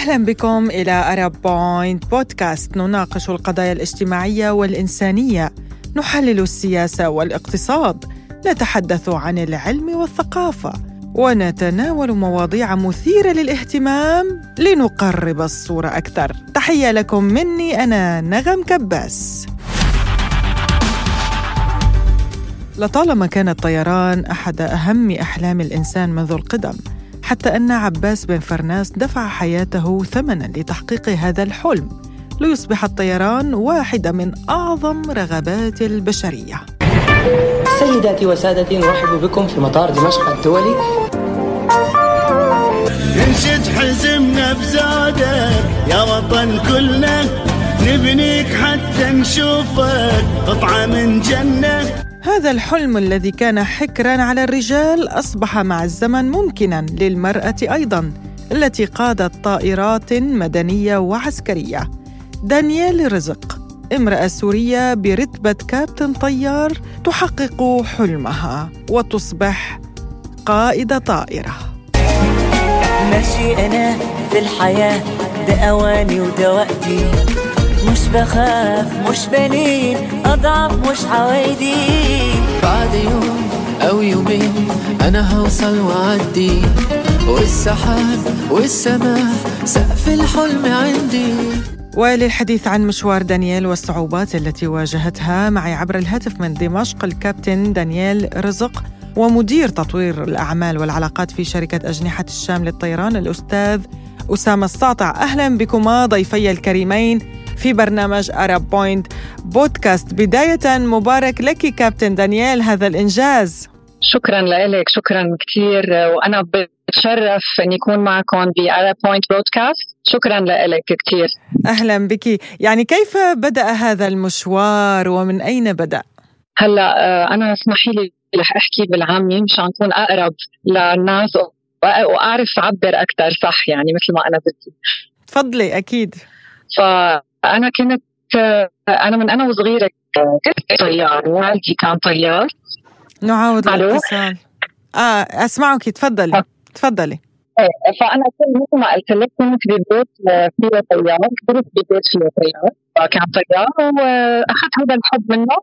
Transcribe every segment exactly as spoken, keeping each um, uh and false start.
أهلا بكم إلى أرب بوينت بودكاست، نناقش القضايا الاجتماعية والإنسانية، نحلل السياسة والاقتصاد، نتحدث عن العلم والثقافة، ونتناول مواضيع مثيرة للاهتمام لنقرب الصورة أكثر. تحية لكم مني، أنا نغم كباس. لطالما كان الطيران أحد أهم أحلام الإنسان منذ القدم، حتى أن عباس بن فرناس دفع حياته ثمناً لتحقيق هذا الحلم، ليصبح الطيران واحدة من أعظم رغبات البشرية. سيداتي وسادتي، نرحب بكم في مطار دمشق الدولي. انشد حزمنا بزادك يا وطن كلنا، نبنيك حتى نشوفك قطعة من جنة. هذا الحلم الذي كان حكراً على الرجال أصبح مع الزمن ممكناً للمرأة أيضاً، التي قادت طائرات مدنية وعسكرية. دانيال رزق، امرأة سورية برتبة كابتن طيار، تحقق حلمها وتصبح قائدة طائرة. ماشي أنا في الحياة، ده أواني وده وقتي، مش بخاف مش بلين، أضعف مش عوايدي. بعد يوم أو يومين أنا هوصل وعدي، والسحاب والسماء سقف الحلم عندي. وللحديث عن مشوار دانيال والصعوبات التي واجهتها، معي عبر الهاتف من دمشق الكابتن دانيال رزق، ومدير تطوير الأعمال والعلاقات في شركة أجنحة الشام للطيران الأستاذ أسامة الساطع. أهلا بكما ضيفي الكريمين في برنامج أرب بوينت بودكاست. بداية مبارك لك كابتن دانيال هذا الإنجاز. شكرا لك، شكرا كثير، وأنا بتشرف أن يكون معكم بأرب بوينت بودكاست. شكرا لك كثير. أهلا بك. يعني كيف بدأ هذا المشوار ومن أين بدأ؟ هلأ أنا اسمحي لي رح أحكي بالعامي مشان أكون أقرب للناس وأعرف أعبر أكثر، صح؟ يعني مثل ما أنا بدي. تفضلي. أكيد. فأنا كنت أنا من أنا وصغيرة كنت طيار، والدي كان طيار. نعاود الاتصال. آه أسمعك. تفضلي تفضلي. فأنا كنت مثل ما قلت لك كنت ببيت فيه طيار، كنت ببيت فيه طيار، فكان طيار وأخذت هذا الحب منه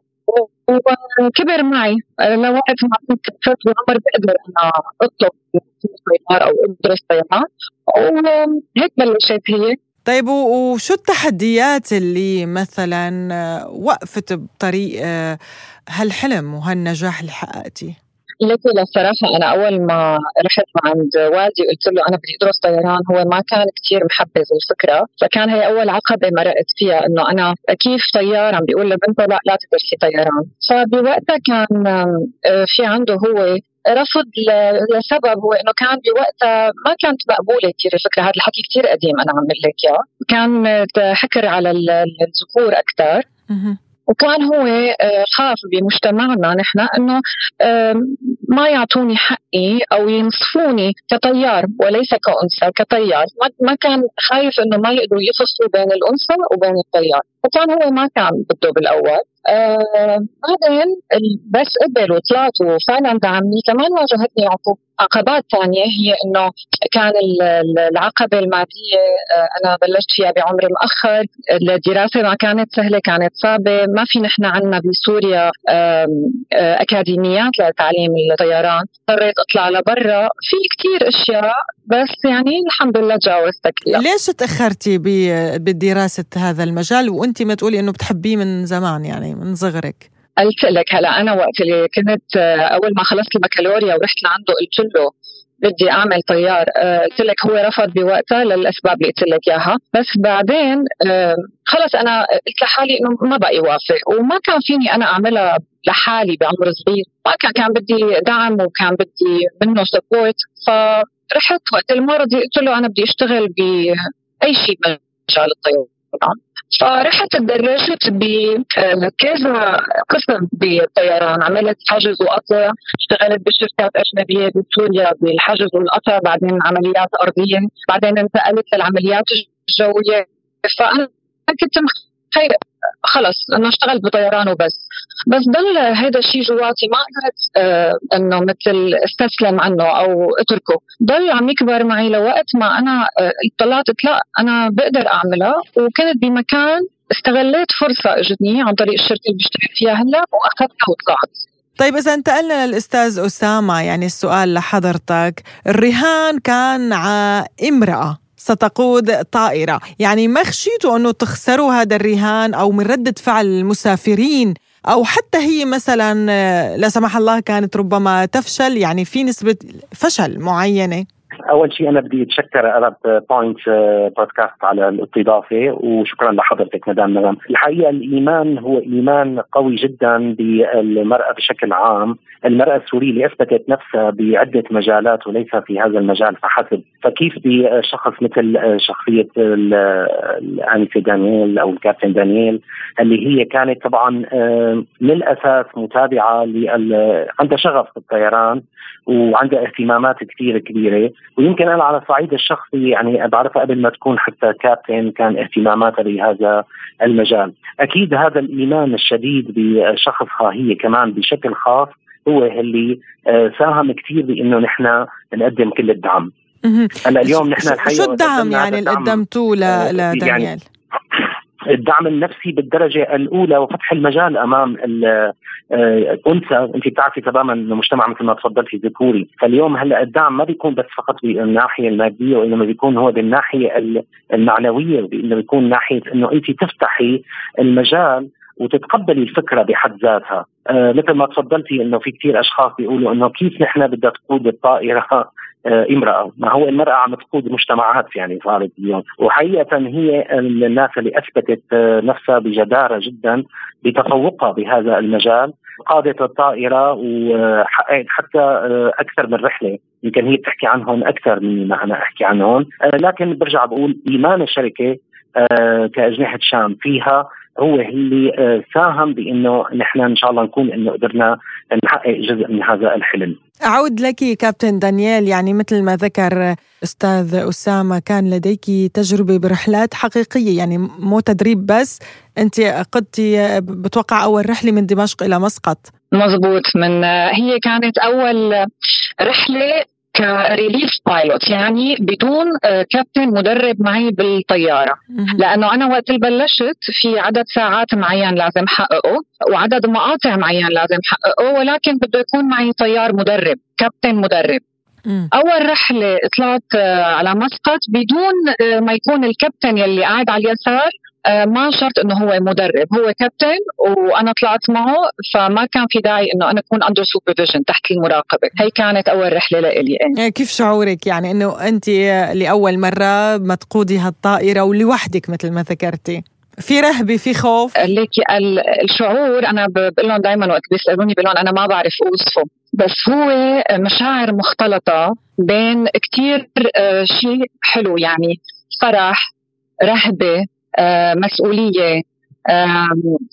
وكبر معي لوقت ما كنت في العمر بقدر أنا أطلب طيار أو أدرس طيران، وهيك بلشت هي. طيب وشو التحديات اللي مثلا وقفت بطريق هالحلم وهالنجاح اللي حققتيه؟ لكن الصراحة أنا أول ما رحت عند والدي قلت له أنا بدي أدرس طيران، هو ما كان كتير محبذ الفكرة، فكان هي أول عقبة مرقت فيها إنه أنا كيف طيار عم بيقول لبنته لا لا تدرسي طيران. فبوقتها كان في عنده هو رفض لسبب هو إنه كان بوقتها ما كانت مقبولة كتير الفكرة. هذا الحكي كتير قديم أنا عم لك إياه، كان حكر على الذكور أكتر، وكان هو خاف بمجتمعنا نحن إنه ما يعطوني حقي أو ينصفوني كطيار وليس كأنثى كطيار. ما كان خايف إنه ما يقدروا يفصلوا بين الأنثى وبين الطيار، فكان هو ما كان بده بالأول. آه بعدين بس قبل وطلعت وفعلا دعمني. كمان واجهتني عقبات ثانية، هي إنه كان العقبة المادية. آه أنا بلشت فيها بعمر مؤخر، الدراسة ما كانت سهلة، كانت صعبة. ما في نحن عنا بسوريا آه آه أكاديميات لتعليم الطيران، اضطريت أطلع لبرا في كتير أشياء، بس يعني الحمد لله تجاوزتك. ليش تأخرتي بدراسة هذا المجال وأنت ما تقولي إنه بتحبيه من زمان، يعني من صغرك؟ قلت لك هلا أنا وقت اللي كنت أول ما خلصت البكالوريا ورحت لعنده قلت له بدي أعمل طيار. قلت لك هو رفض بوقتها للأسباب اللي قلت لك إياها، بس بعدين خلص أنا قلت لحالي إنه ما بقى يوافق، وما كان فيني أنا أعملها لحالي بعمر صغير، ما كان كان بدي دعم وكان بدي منه سبورت. فرحت وقت المرض قلت له أنا بدي أشتغل بأي شيء مجال الطيران. فرحت تدرجت بكذا قسم بالطيران، عملت حجز وقطع، اشتغلت بشركات أجنبية بسوريا بالحجز والقطع، بعدين عمليات أرضية، بعدين انتقلت للعمليات الجوية. فأنا كنت مخيرة خلص انه اشتغل بطيران وبس. بس ضل هذا الشيء جواتي، ما قدرت آه انه مثل استسلم عنه او اتركه، ضل عم يكبر معي لوقت ما انا آه طلعت لا انا بقدر اعملها، وكنت بمكان استغليت فرصه اجتني عن طريق الشركه اللي بشتغل فيها هلا واخذتها وطلعت. طيب إذا انتقلنا للأستاذ أسامة، يعني السؤال لحضرتك، الرهان كان على امرأة ستقود طائرة، يعني ما خشيتوا أنه تخسروا هذا الرهان أو من ردة فعل المسافرين، أو حتى هي مثلا لا سمح الله كانت ربما تفشل، يعني في نسبة فشل معينة؟ أول شيء أنا بدي أتشكر أرب بوينت بودكاست على الاستضافة، وشكرا لحضرتك مدام نغم. الحقيقة الإيمان هو إيمان قوي جدا بالمرأة بشكل عام. المرأة السورية اللي أثبتت نفسها بعدة مجالات وليس في هذا المجال فحسب، فكيف بشخص مثل شخصية الآنسة دانيال أو الكابتن دانيال اللي هي كانت طبعا من الأساس متابعة عندها شغف بالطيران وعندها اهتمامات كثير كبيرة، ويمكن أنا على الصعيد الشخصي يعني بعرفها قبل ما تكون حتى كابتن كان اهتماماتها بهذا المجال. أكيد هذا الإيمان الشديد بشخصها هي كمان بشكل خاص هو اللي ساهم كثير بأنه نحن نقدم كل الدعم. هلا اليوم نحن الحقيقة شو الدعم يعني اللي قدمتوه لدانيال؟ يعني الدعم النفسي بالدرجة الأولى وفتح المجال أمام الأنثى. أنت بتعرفي تماما أن المجتمع مثل ما تفضلتي ذكوري، فاليوم هلأ الدعم ما بيكون بس فقط بالناحية المادية، وإنما بيكون هو بالناحية المعنوية، وإنما بيكون ناحية أنه أنت تفتحي المجال وتتقبلي الفكرة بحد ذاتها. آه مثل ما تفضلتي أنه في كتير أشخاص بيقولوا أنه كيف نحن بدها تقود الطائرة آه امرأة، ما هو المرأة عم تقود مجتمعات يعني صارت اليوم، وحقيقة هي الناس اللي أثبتت آه نفسها بجدارة جدا بتفوقها بهذا المجال، قادت الطائرة وحققت حتى آه أكثر من رحلة، يمكن هي بتحكي عنهم أكثر من ما أنا أحكي عنهم. آه لكن برجع بقول إيمان الشركة آه كأجنحة شام فيها هو اللي ساهم بأنه نحن إن شاء الله نكون إنه قدرنا نحقق جزء من هذا الحلم. أعود لك كابتن دانيال، يعني مثل ما ذكر أستاذ أسامة كان لديك تجربة برحلات حقيقية، يعني مو تدريب بس، أنت قدتي بتوقع أول رحلة من دمشق إلى مسقط. مزبوط، من هي كانت أول رحلة كريليف بايلوت، يعني بدون كابتن مدرب معي بالطيارة، لأنه أنا وقت اللي بلشت في عدد ساعات معين لازم حققه وعدد مقاطع معين لازم حققه، ولكن بده يكون معي طيار مدرب، كابتن مدرب. أول رحلة طلعت على مسقط بدون ما يكون الكابتن يلي قاعد على اليسار ما شرط انه هو مدرب، هو كابتن وانا طلعت معه، فما كان في داعي انه انا اكون اندر سوبرفيجن تحت المراقبه. هي كانت اول رحله لإلي. كيف شعورك يعني انه انت لاول مره ما تقودي هالطائره ولوحدك مثل ما ذكرتي؟ في رهبه، في خوف؟ ليكي الشعور انا بقول لهم دائما وقت بيسالوني بقول لهم انا ما بعرف اوصفه، بس هو مشاعر مختلطه بين كتير شيء حلو، يعني فرح، رهبه، آه، مسؤولية، آه،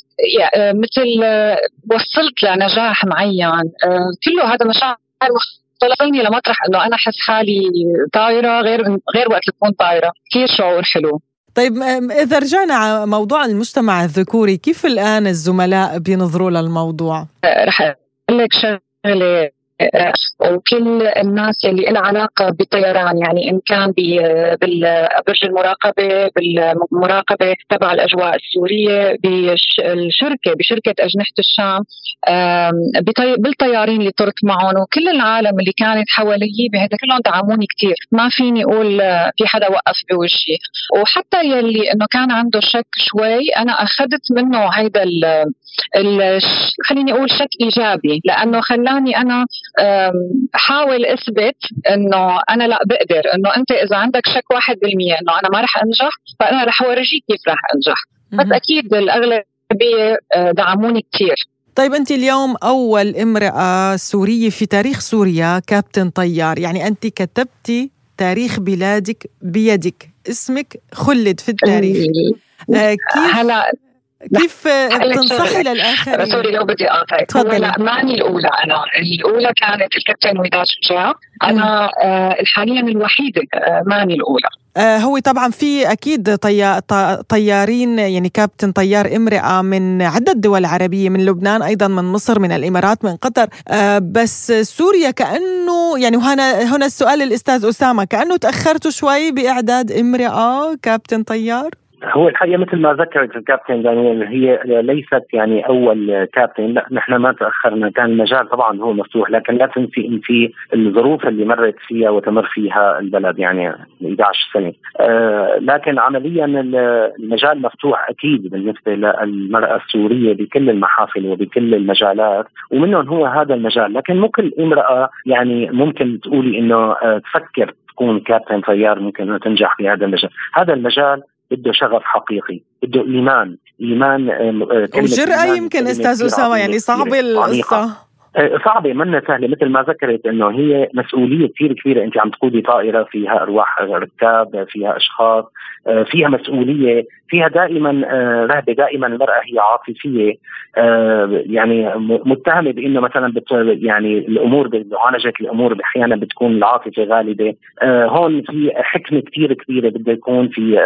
آه، مثل آه، وصلت لنجاح معين، آه، كله هذا مشاعر مختلطيني لمطرح انه انا احس حالي طايرة غير غير وقت تكون طايرة. كثير شعور حلو. طيب اذا رجعنا على موضوع المجتمع الذكوري، كيف الان الزملاء بينظروا للموضوع؟ آه، رح اقول لك شغلة، وكل الناس اللي لها علاقة بالطيران، يعني إن كان بالبرج المراقبة، بالمراقبة تبع الأجواء السورية، بالشركة بشركة أجنحة الشام، بالطيارين اللي طرت معهم، وكل العالم اللي كانت حوالي بهذا كلهم دعموني كتير. ما فيني أقول في حدا وقف بوجهي، وحتى يلي إنه كان عنده شك شوي أنا أخذت منه هيدا ال خليني أقول شك إيجابي، لأنه خلاني أنا أحاول أثبت أنه أنا لا بقدر، أنه أنت إذا عندك شك واحد بالمية أنه أنا ما رح أنجح، فأنا رح أورجيك كيف رح أنجح. بس أكيد الأغلبية دعموني كتير. طيب أنت اليوم أول امرأة سورية في تاريخ سوريا كابتن طيار، يعني أنت كتبتي تاريخ بلادك بيدك، اسمك خلد في التاريخ. آه كيف هلا كيف تنصحي للآخرين؟ سوري لو بدي أقاطعك، لا ماني الأولى، أنا الأولى كانت الكابتن وداد شجاع، أنا آه حاليا الوحيدة، آه ماني الأولى. آه هو طبعا في أكيد طي... طيارين، يعني كابتن طيار امرأة من عدة دول عربية، من لبنان أيضا، من مصر، من الإمارات، من قطر. آه بس سوريا كأنه يعني، وهنا هنا السؤال الأستاذ أسامة، كأنه تأخرتوا شوي بإعداد امرأة كابتن طيار. هو الحقيقة مثل ما ذكرت الكابتن دانيال، هي ليست يعني أول كابتن، لا نحن ما تأخرنا، كان المجال طبعا هو مفتوح، لكن لا تنسي إن في الظروف اللي مرت فيها وتمر فيها البلد يعني إحدى عشرة سنة. آه لكن عمليا المجال مفتوح أكيد بالنسبة للمرأة السورية بكل المحافل وبكل المجالات، ومنهم هو هذا المجال. لكن مو كل امرأة يعني ممكن تقولي إنه آه تفكر تكون كابتن طيار، ممكن أن تنجح في هذا المجال. هذا المجال بده شغف حقيقي، بده إيمان إيمان وجرأة. يمكن أستاذ أسامة يعني صعبة القصة، صعبة منا سهلة، مثل ما ذكرت إنه هي مسؤولية كثير كبيرة. أنت عم تقودي طائرة فيها أرواح ركاب، فيها أشخاص، فيها مسؤولية، فيها دائما رهبة، دائما المرأة هي عاطفية، يعني متهمة بأنه مثلا يعني الأمور بمعالجة الأمور أحيانا بتكون العاطفة غالبة. هون في حكمة كثير كبيرة، بده يكون في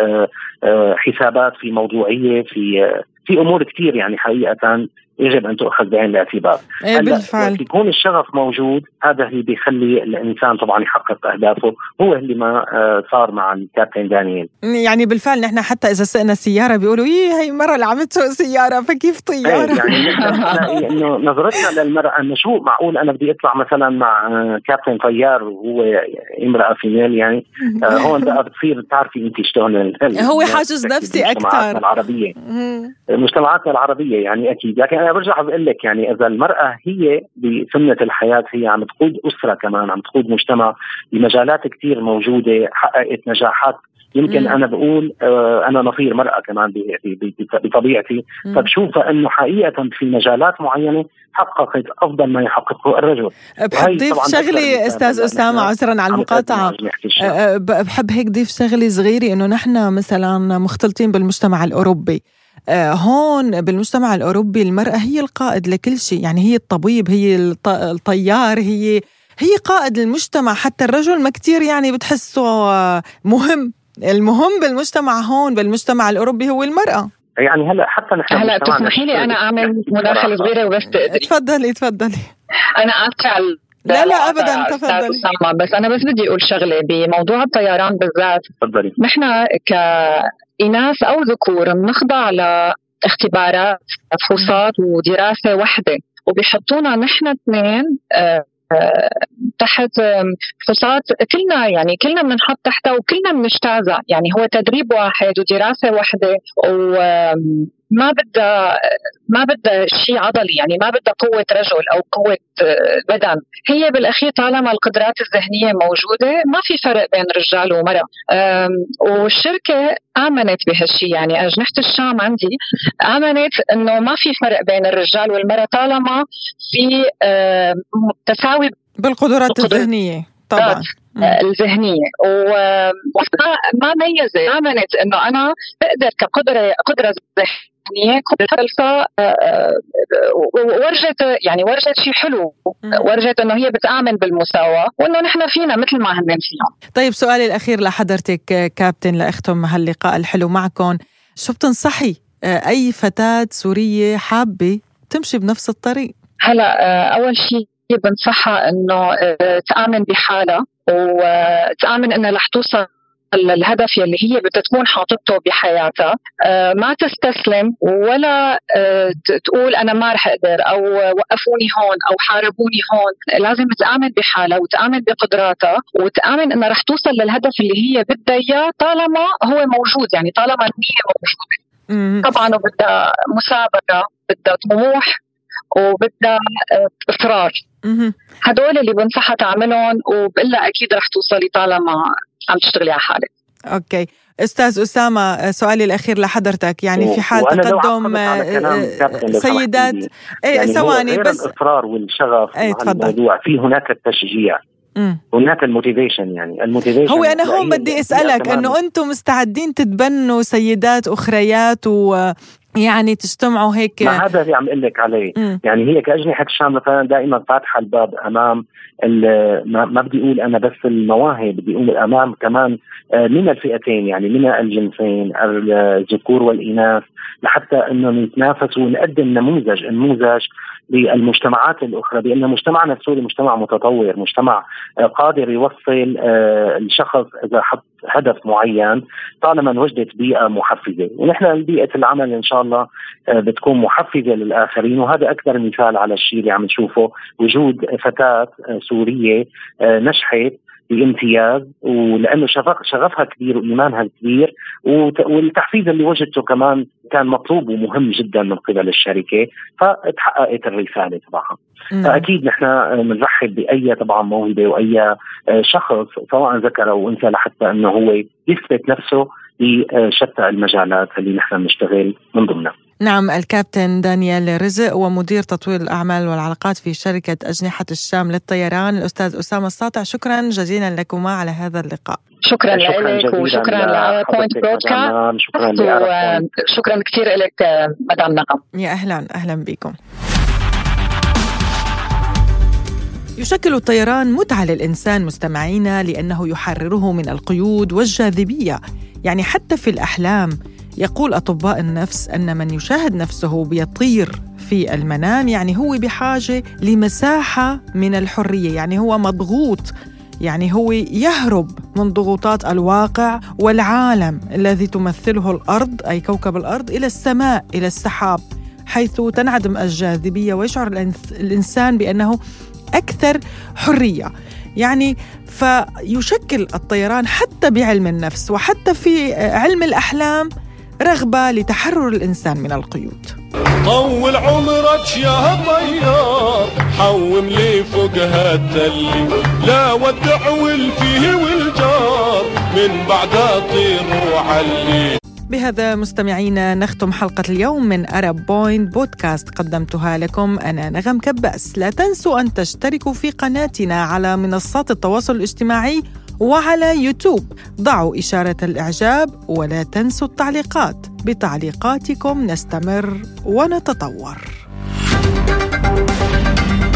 حسابات، في موضوعية، في في أمور كثير يعني حقيقة يجب أن تؤخذ بعين الاعتبار. بالفعل يكون الشغف موجود، هذا اللي بيخلي الإنسان طبعا يحقق أهدافه، هو اللي ما صار مع الكابتن دانيال. يعني بالفعل نحن حتى إذا سقنا السيارة بيقولوا إيه هي مرة اللي عم تسوق سيارة، فكيف طيارة؟ يعني نلاقي إنه نظرتنا للمرأة إنه شو معقول أنا بدي أطلع مثلا مع كابتن طيار وهو امرأة فيميل يعني. هون بقى بتصير تعرفي أنت شلون هو حاجز نفسي أكثر. العربية مجتمعاتنا العربية يعني أكيد. لكن أنا برجع بقول لك يعني إذا المرأة هي بسنة الحياة هي عم تقود أسرة، كمان عم تقود مجتمع بمجالات كتير موجودة، حققت نجاحات. يمكن أنا بقول آه أنا نظير مرأة كمان بطبيعتي، فبشوف أنه حقيقة في مجالات معينة حققت أفضل ما يحققه الرجل. بحب ضيف شغلي أستاذ أسامة، عذرا على المقاطعة، بحب هيك ضيف شغلي صغيري، إنه نحن مثلا مختلطين بالمجتمع الأوروبي. آه هون بالمجتمع الأوروبي المرأة هي القائد لكل شيء، يعني هي الطبيب، هي الطيار، هي هي قائد المجتمع. حتى الرجل ما كتير يعني بتحسه مهم. المهم بالمجتمع هون بالمجتمع الأوروبي هو المرأة. يعني هلا حتى نحن هلا تسمحي لي أنا أعمل مداخلة صغيرة وبس تقدري. تفضلي تفضلي. أنا أتعل لا لا أبدا تفضلي. بس أنا بس بدي أقول شغلة بموضوع الطيران بالذات. تفضلي. نحن كإناث أو ذكور بنخضع لاختبارات، فحوصات ودراسة واحدة، وبيحطونا نحن اثنين أه تحت فحوصات كلنا، يعني كلنا بنحط تحتها وكلنا بنجتازها. يعني هو تدريب واحد ودراسة واحدة، وما بدها ما بدها شيء عضلي، يعني ما بدها قوة رجل أو قوة بدن. هي بالأخير طالما القدرات الذهنية موجودة ما في فرق بين رجال ومرأة. والشركة آمنت بهالشيء، يعني أجنحة الشام عندي آمنت إنه ما في فرق بين الرجال والمرأة طالما في تساوي بالقدرات الذهنية طبعا الذهنية. وما ما ميزة، آمنت إنه أنا بقدر كقدرة قدرة ذهنية خلصة. ورجت يعني ورجت شيء حلو، ورجت إنه هي بتآمن بالمساواة وإنه نحن فينا مثل ما هن فيهم. طيب سؤالي الأخير لحضرتك كابتن لأختم هاللقاء الحلو معكم، شو بتنصحي أي فتاة سورية حابة تمشي بنفس الطريق؟ هلا أول شيء بنصحها إنه تآمن بحالها، وتآمن إنها رح توصل الهدف يلي هي بدها تكون حاطته بحياتها. ما تستسلم ولا تقول أنا ما رح أقدر أو وقفوني هون أو حاربوني هون. لازم تآمن بحالها وتآمن بقدراتها وتآمن إنها رح توصل للهدف اللي هي بدها إياه طالما هو موجود، يعني طالما النية موجودة. طبعا وبدها مثابرة، بدها طموح، وبدها إصرار. هدول اللي بنصحها تعملهم، وبقلها أكيد رح توصلي طالما عم تشتغلي على حالك. أوكي أستاذ أسامة، سؤالي الأخير لحضرتك، يعني في حال تقدم سيدات يعني ثواني بس الإصرار والشغف الموضوع في هناك التشجيع، مم. هناك الموتيفيشن. يعني الموتيفيشن هو أنا هون بدي أسألك إنه أنتم مستعدين تتبنوا سيدات أخريات و يعني تجتمعوا هيك. ما هذا اللي عم اقول لك عليه. م. يعني هي كأجنحة الشام مثلا دائما فاتحه الباب امام ما, ما بدي اقول انا بس المواهب، بدي اقول امام كمان من الفئتين، يعني من الجنسين الذكور والاناث، لحتى انه نتنافسوا ونقدم نموذج نموذج للمجتمعات الاخرى، بان مجتمعنا السوري مجتمع متطور، مجتمع قادر يوصل الشخص اذا حط هدف معين طالما وجدت بيئه محفزه، ونحن بيئه العمل ان شاء الله بتكون محفزه للاخرين. وهذا اكثر مثال على الشيء اللي عم نشوفه، وجود فتاه سوريه نجحت بامتياز، ولانه شغف شغفها كبير وايمانها كبير، والتحفيز اللي وجدته كمان كان مطلوب ومهم جدا من قبل الشركه، فتحققت الرساله تبعها. فاكيد نحن بنرحب باي طبعا موهبه واي شخص سواء ذكر او انثى، لحتى انه هو يثبت نفسه بشتى المجالات اللي نحن بنشتغل من ضمنها. نعم، الكابتن دانيال رزق ومدير تطوير الأعمال والعلاقات في شركة أجنحة الشام للطيران الأستاذ أسامة الساطع، شكرا جزيلا لكما على هذا اللقاء. شكرا لك وشكرا لبوينت بودكاست، وشكرا كثير لك مدام نغم. يا أهلا أهلا بكم. يشكل الطيران متعة للإنسان مستمعينا، لأنه يحرره من القيود والجاذبية، يعني حتى في الأحلام. يقول أطباء النفس أن من يشاهد نفسه بيطير في المنام يعني هو بحاجة لمساحة من الحرية، يعني هو مضغوط، يعني هو يهرب من ضغوطات الواقع والعالم الذي تمثله الأرض أي كوكب الأرض إلى السماء، إلى السحاب، حيث تنعدم الجاذبية ويشعر الإنسان بأنه أكثر حرية. يعني فيشكل الطيران حتى بعلم النفس وحتى في علم الأحلام رغبة لتحرر الإنسان من القيود. طول عمرك يا طيار، حوم لي فوق هالتلي، لا ودع والفيه والجار، من بعد أطير وعلي. بهذا مستمعينا نختم حلقة اليوم من أرب بوينت بودكاست، قدمتها لكم أنا نغم كباس. لا تنسوا أن تشتركوا في قناتنا على منصات التواصل الاجتماعي وعلى يوتيوب. ضعوا إشارة الإعجاب ولا تنسوا التعليقات، بتعليقاتكم نستمر ونتطور.